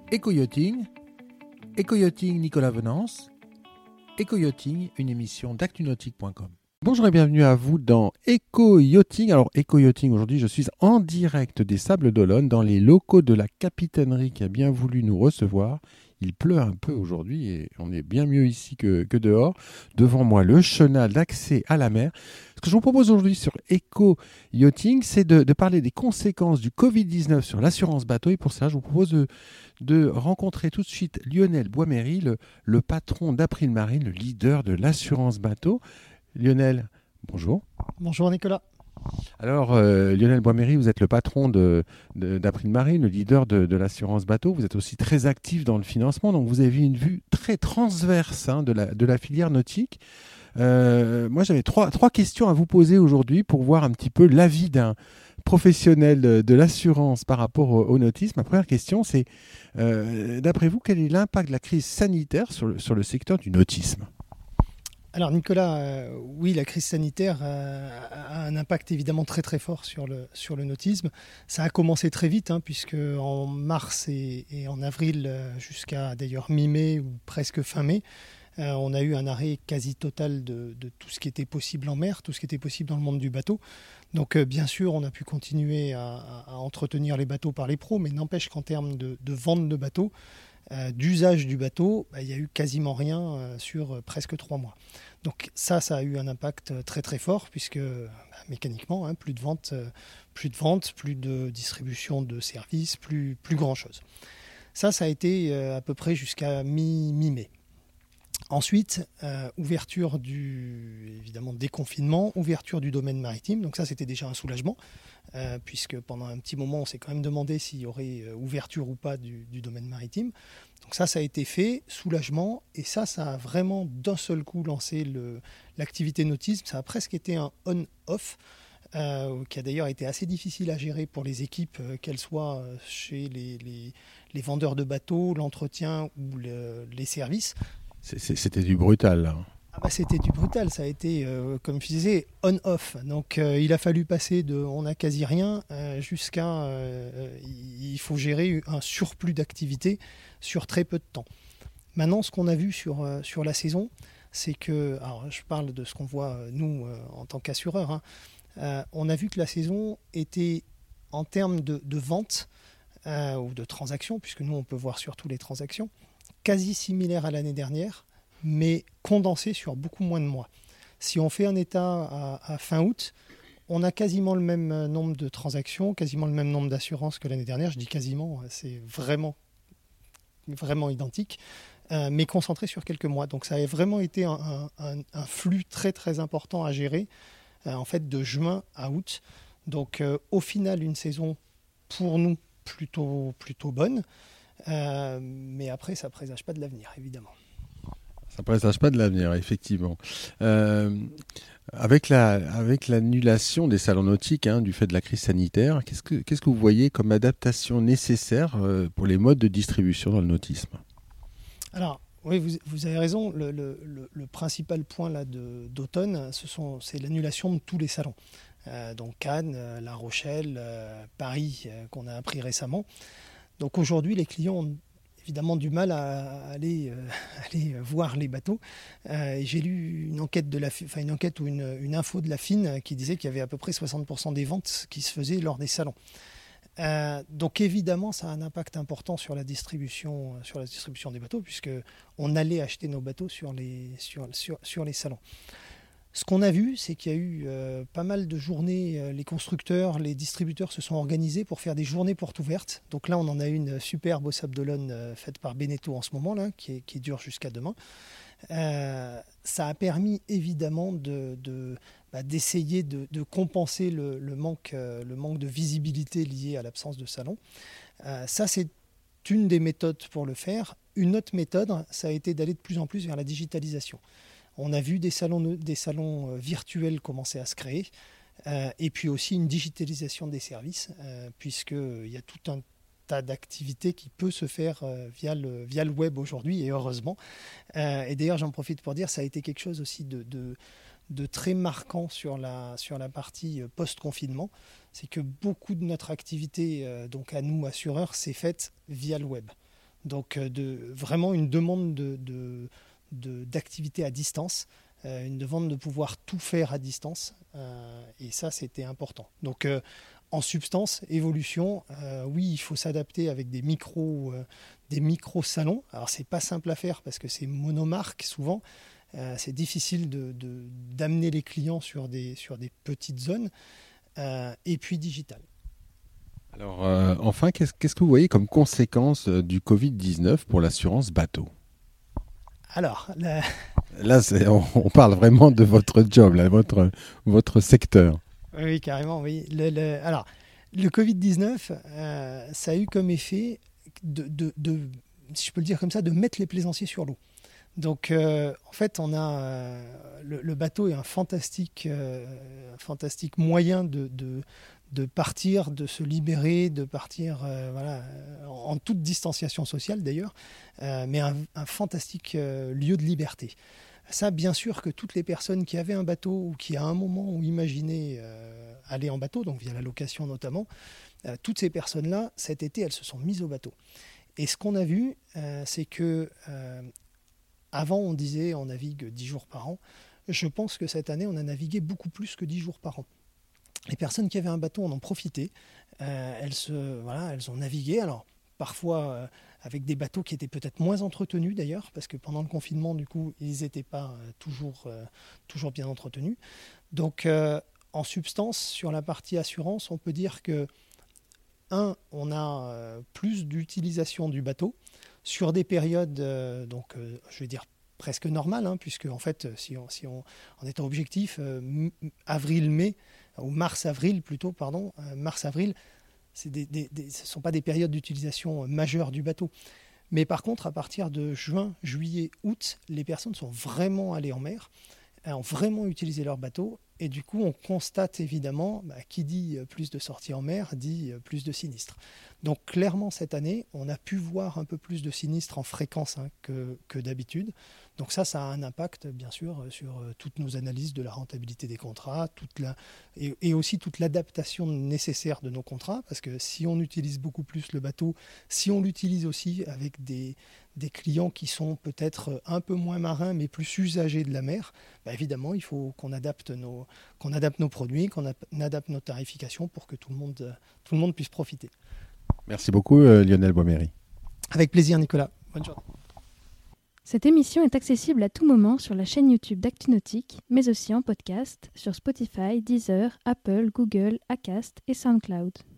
Éco-yachting, Éco-yachting Nicolas Venance, Éco-yachting, une émission d'actunautique.com. Bonjour et bienvenue à vous dans Éco-yachting. Alors Éco-yachting, aujourd'hui je suis en direct des Sables d'Olonne dans les locaux de la capitainerie qui a bien voulu nous recevoir. Il pleut un peu aujourd'hui et on est bien mieux ici que dehors. Devant moi, le chenal d'accès à la mer. Ce que je vous propose aujourd'hui sur Éco-yachting, c'est de parler des conséquences du Covid-19 sur l'assurance bateau. Et pour ça, je vous propose de rencontrer tout de suite Lionel Boisméry, le patron d'April Marine, le leader de l'assurance bateau. Lionel, bonjour. Bonjour Nicolas. Alors, Lionel Boisméry, vous êtes le patron d'April Marine, le leader de l'assurance bateau. Vous êtes aussi très actif dans le financement, donc vous avez une vue très transverse de la filière nautique. Moi, j'avais trois questions à vous poser aujourd'hui pour voir un petit peu l'avis d'un professionnel de l'assurance par rapport au nautisme. Ma première question, c'est, d'après vous, quel est l'impact de la crise sanitaire sur le secteur du nautisme ? Alors Nicolas, oui, la crise sanitaire a un impact évidemment très très fort sur le nautisme. Ça a commencé très vite, puisque en mars et en avril jusqu'à d'ailleurs mi-mai ou presque fin mai, on a eu un arrêt quasi total de tout ce qui était possible en mer, tout ce qui était possible dans le monde du bateau. Donc bien sûr, on a pu continuer à entretenir les bateaux par les pros, mais n'empêche qu'en termes de vente de bateaux, d'usage du bateau, il n'y a eu quasiment rien sur presque 3 mois. Donc ça a eu un impact très très fort, puisque mécaniquement, plus de vente, plus de distribution de services, plus grand chose. Ça a été à peu près jusqu'à mi-mai. Ensuite, ouverture évidemment déconfinement, ouverture du domaine maritime. Donc ça, c'était déjà un soulagement, puisque pendant un petit moment, on s'est quand même demandé s'il y aurait ouverture ou pas du domaine maritime. Donc ça a été fait, soulagement, et ça a vraiment d'un seul coup lancé l'activité nautisme. Ça a presque été un on-off, qui a d'ailleurs été assez difficile à gérer pour les équipes, qu'elles soient chez les vendeurs de bateaux, l'entretien ou les services. C'était du brutal, là. C'était du brutal, ça a été, comme je disais, on-off. Donc il a fallu passer de on n'a quasi rien jusqu'à il faut gérer un surplus d'activité sur très peu de temps. Maintenant, ce qu'on a vu sur la saison, c'est que, alors je parle de ce qu'on voit nous en tant qu'assureurs, on a vu que la saison était en termes de vente ou de transactions, puisque nous on peut voir surtout les transactions, quasi similaire à l'année dernière, mais condensé sur beaucoup moins de mois. Si on fait un état à fin août, on a quasiment le même nombre de transactions, quasiment le même nombre d'assurances que l'année dernière. Je dis quasiment, c'est vraiment identique, mais concentré sur quelques mois. Donc ça a vraiment été un flux très très important à gérer, en fait de juin à août. Donc au final, une saison pour nous plutôt bonne. Mais après, ça ne présage pas de l'avenir, évidemment. Ça ne présage pas de l'avenir, effectivement. Avec l'annulation des salons nautiques du fait de la crise sanitaire, qu'est-ce que vous voyez comme adaptation nécessaire pour les modes de distribution dans le nautisme ? Alors, oui, vous avez raison. Le principal point là, d'automne, c'est l'annulation de tous les salons. Donc Cannes, La Rochelle, Paris, qu'on a appris récemment. Donc aujourd'hui, les clients ont évidemment du mal à aller voir les bateaux. J'ai lu une enquête ou une info de la FIN qui disait qu'il y avait à peu près 60% des ventes qui se faisaient lors des salons. Donc évidemment, ça a un impact important sur la distribution des bateaux, puisque on allait acheter nos bateaux sur les salons. Ce qu'on a vu, c'est qu'il y a eu pas mal de journées, les constructeurs, les distributeurs se sont organisés pour faire des journées portes ouvertes. Donc là, on en a une superbe au Sable d'Olonne faite par Beneteau en ce moment, là, qui dure jusqu'à demain. Ça a permis évidemment d'essayer de compenser le manque de visibilité lié à l'absence de salon. Ça, c'est une des méthodes pour le faire. Une autre méthode, ça a été d'aller de plus en plus vers la digitalisation. On a vu des salons virtuels commencer à se créer, et puis aussi une digitalisation des services, puisqu'il y a tout un tas d'activités qui peut se faire via le web aujourd'hui, et heureusement. Et d'ailleurs, j'en profite pour dire, ça a été quelque chose aussi de très marquant sur la partie post-confinement. C'est que beaucoup de notre activité, donc à nous assureurs, s'est faite via le web. Donc vraiment une demande d'activité à distance, une demande de pouvoir tout faire à distance, et ça c'était important. Donc en substance, évolution, oui, il faut s'adapter avec des micro-salons. Alors c'est pas simple à faire parce que c'est monomarque souvent, c'est difficile d'amener les clients sur des petites zones, et puis digital. Alors, enfin, qu'est-ce que vous voyez comme conséquence du Covid-19 pour l'assurance bateau? Alors, Là, on parle vraiment de votre job, là, votre secteur. oui, carrément, oui. Alors, le Covid-19, ça a eu comme effet si je peux le dire comme ça, de mettre les plaisanciers sur l'eau. Donc, en fait, on a le bateau est un fantastique moyen de partir, de se libérer, de partir en toute distanciation sociale d'ailleurs, mais un fantastique lieu de liberté. Ça, bien sûr que toutes les personnes qui avaient un bateau ou qui à un moment ont imaginé aller en bateau, donc via la location notamment, toutes ces personnes-là, cet été, elles se sont mises au bateau. Et ce qu'on a vu, c'est que avant, on disait on navigue 10 jours par an. Je pense que cette année, on a navigué beaucoup plus que 10 jours par an. Les personnes qui avaient un bateau en ont profité. Elles ont navigué. Alors, parfois avec des bateaux qui étaient peut-être moins entretenus d'ailleurs, parce que pendant le confinement, du coup, ils n'étaient pas toujours bien entretenus. Donc, en substance, sur la partie assurance, on peut dire que, on a plus d'utilisation du bateau sur des périodes, je vais dire presque normales, puisque en fait, si on est objectif, avril-mai, ou mars-avril plutôt, mars-avril, ce ne sont pas des périodes d'utilisation majeure du bateau. Mais par contre, à partir de juin, juillet, août, les personnes sont vraiment allées en mer, ont vraiment utilisé leur bateau. Et du coup, on constate évidemment, qui dit plus de sorties en mer, dit plus de sinistres. Donc clairement, cette année, on a pu voir un peu plus de sinistres en fréquence que d'habitude. Donc ça a un impact, bien sûr, sur toutes nos analyses de la rentabilité des contrats, et aussi toute l'adaptation nécessaire de nos contrats, parce que si on utilise beaucoup plus le bateau, si on l'utilise aussi avec des clients qui sont peut-être un peu moins marins, mais plus usagers de la mer, évidemment, il faut qu'on adapte nos produits, qu'on adapte nos tarifications pour que tout le monde puisse profiter. Merci beaucoup, Lionel Boisméry. Avec plaisir, Nicolas. Bonne journée. Cette émission est accessible à tout moment sur la chaîne YouTube d'ActuNautique, mais aussi en podcast sur Spotify, Deezer, Apple, Google, Acast et SoundCloud.